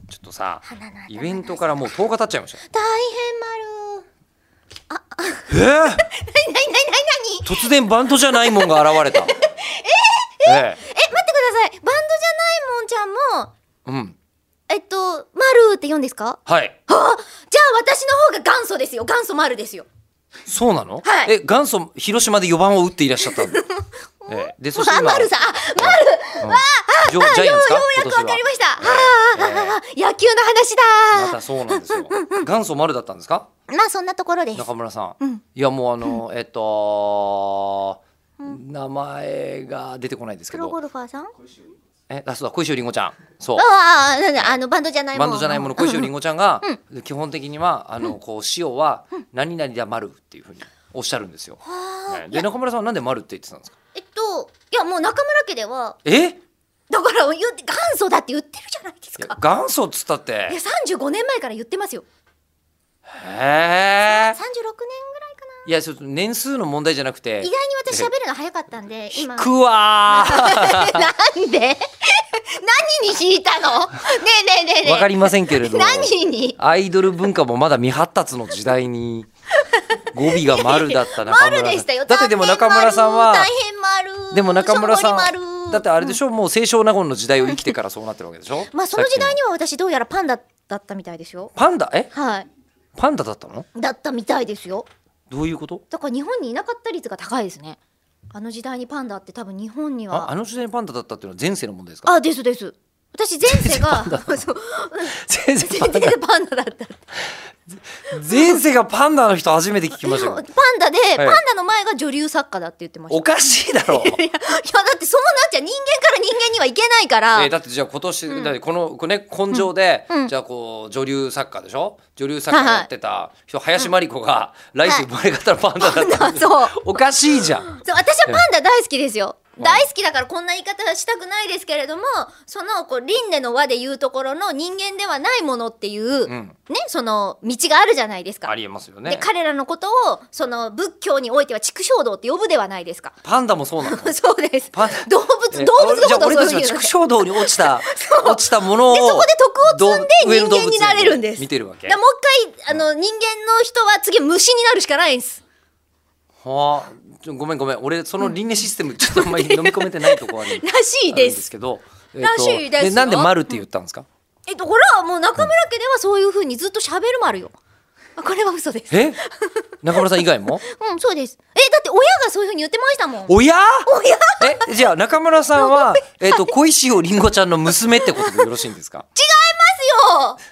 ちょっとさ鼻の頭イベントからもう10日経っちゃいましたよ。 大変丸。 えなに突然バンドじゃないもんが現れた。 待ってください。バンドじゃないもんちゃんもうん丸って言うんですか？ はい。 じゃあ私の方が元祖ですよ。元祖丸ですよ。 そうなの？ はい元祖広島で4番を打っていらっしゃったんででそして今丸さん、 ジャイアンツかようやくわかりました。野球の話だ。 またそうなんですよ。元祖丸だったんですか？ まあそんなところです。 中村さん、いやもう名前が出てこないですけど、 プロゴルファーさん？ そうだ小石りんごちゃん、そうバンドじゃないもの。 バンドじゃないもの小石りんごちゃんが、基本的にはこう塩は何々だ丸っていうふうにおっしゃるんですよ。で中村さんはなんで丸って言ってたんですか？ いやもう中村家ではだから元祖だって言ってるじゃないですか。 元祖っつったって。 いや35年前から言ってますよ。 へー。 36年ぐらいかな。 いやちょっと年数の問題じゃなくて、 意外に私喋るの早かったんで今。 引くわーなんで何に引いたの？ねえわかりませんけれど何にアイドル文化もまだ未発達の時代に語尾が丸だった中村さん。 丸でしたよ。 だってでも中村さんは大変丸。 でも中村さんしょんぼり丸だってあれでしょ、もう清少納言の時代を生きてからそうなってるわけでしょ。 まあその時代には私どうやらパンダだったみたいですよ。 パンダはいパンダだったの？ だったみたいですよ。 どういうこと？ だから日本にいなかった率が高いですね。あの時代にパンダって多分日本にはあの時代にパンダだったっていうのは前世の問題ですか？ です私前世がそう前世パンダ前世パンダだった前世がパンダの人初めて聞きましたよ。 パンダで、パンダの前が女流作家だって言ってました。 おかしいだろいやだってそうなっちゃう。人間から人間にはいけないから、 だってじゃあ今年、だってこのね根性で、じゃあこう女流作家でしょ、女流作家やってた人、林真理子が来世生まれ方のパンダだったんで、 そうおかしいじゃん。 そう私はパンダ大好きですよ。大好きだからこんな言い方はしたくないですけれども、そのこう輪廻の輪でいうところの人間ではないものっていう、ね、その道があるじゃないですか。 ありえますよね。 で彼らのことをその仏教においては畜生道って呼ぶではないですか。 パンダもそうなの？ そうです。動物じゃあ俺たちは畜生道に落ちたものをでそこで徳を積んで人間になれるんです。 見てるわけ。 だからもう一回人間の人は次虫になるしかないんです。 はあ、ごめん俺その輪廻システムちょっとあんまり飲み込めてないところあるらしいです。 けど、 らしいですよ。 なんで丸って言ったんですか？ これはもう中村家ではそういう風にずっと喋る丸よ。これは嘘です。 中村さん以外も？ そうです。だって親がそういう風に言ってましたもん。 親じゃあ中村さんは小石尾りんごちゃんの娘ってことでよろしいんですか？ 違いますよ。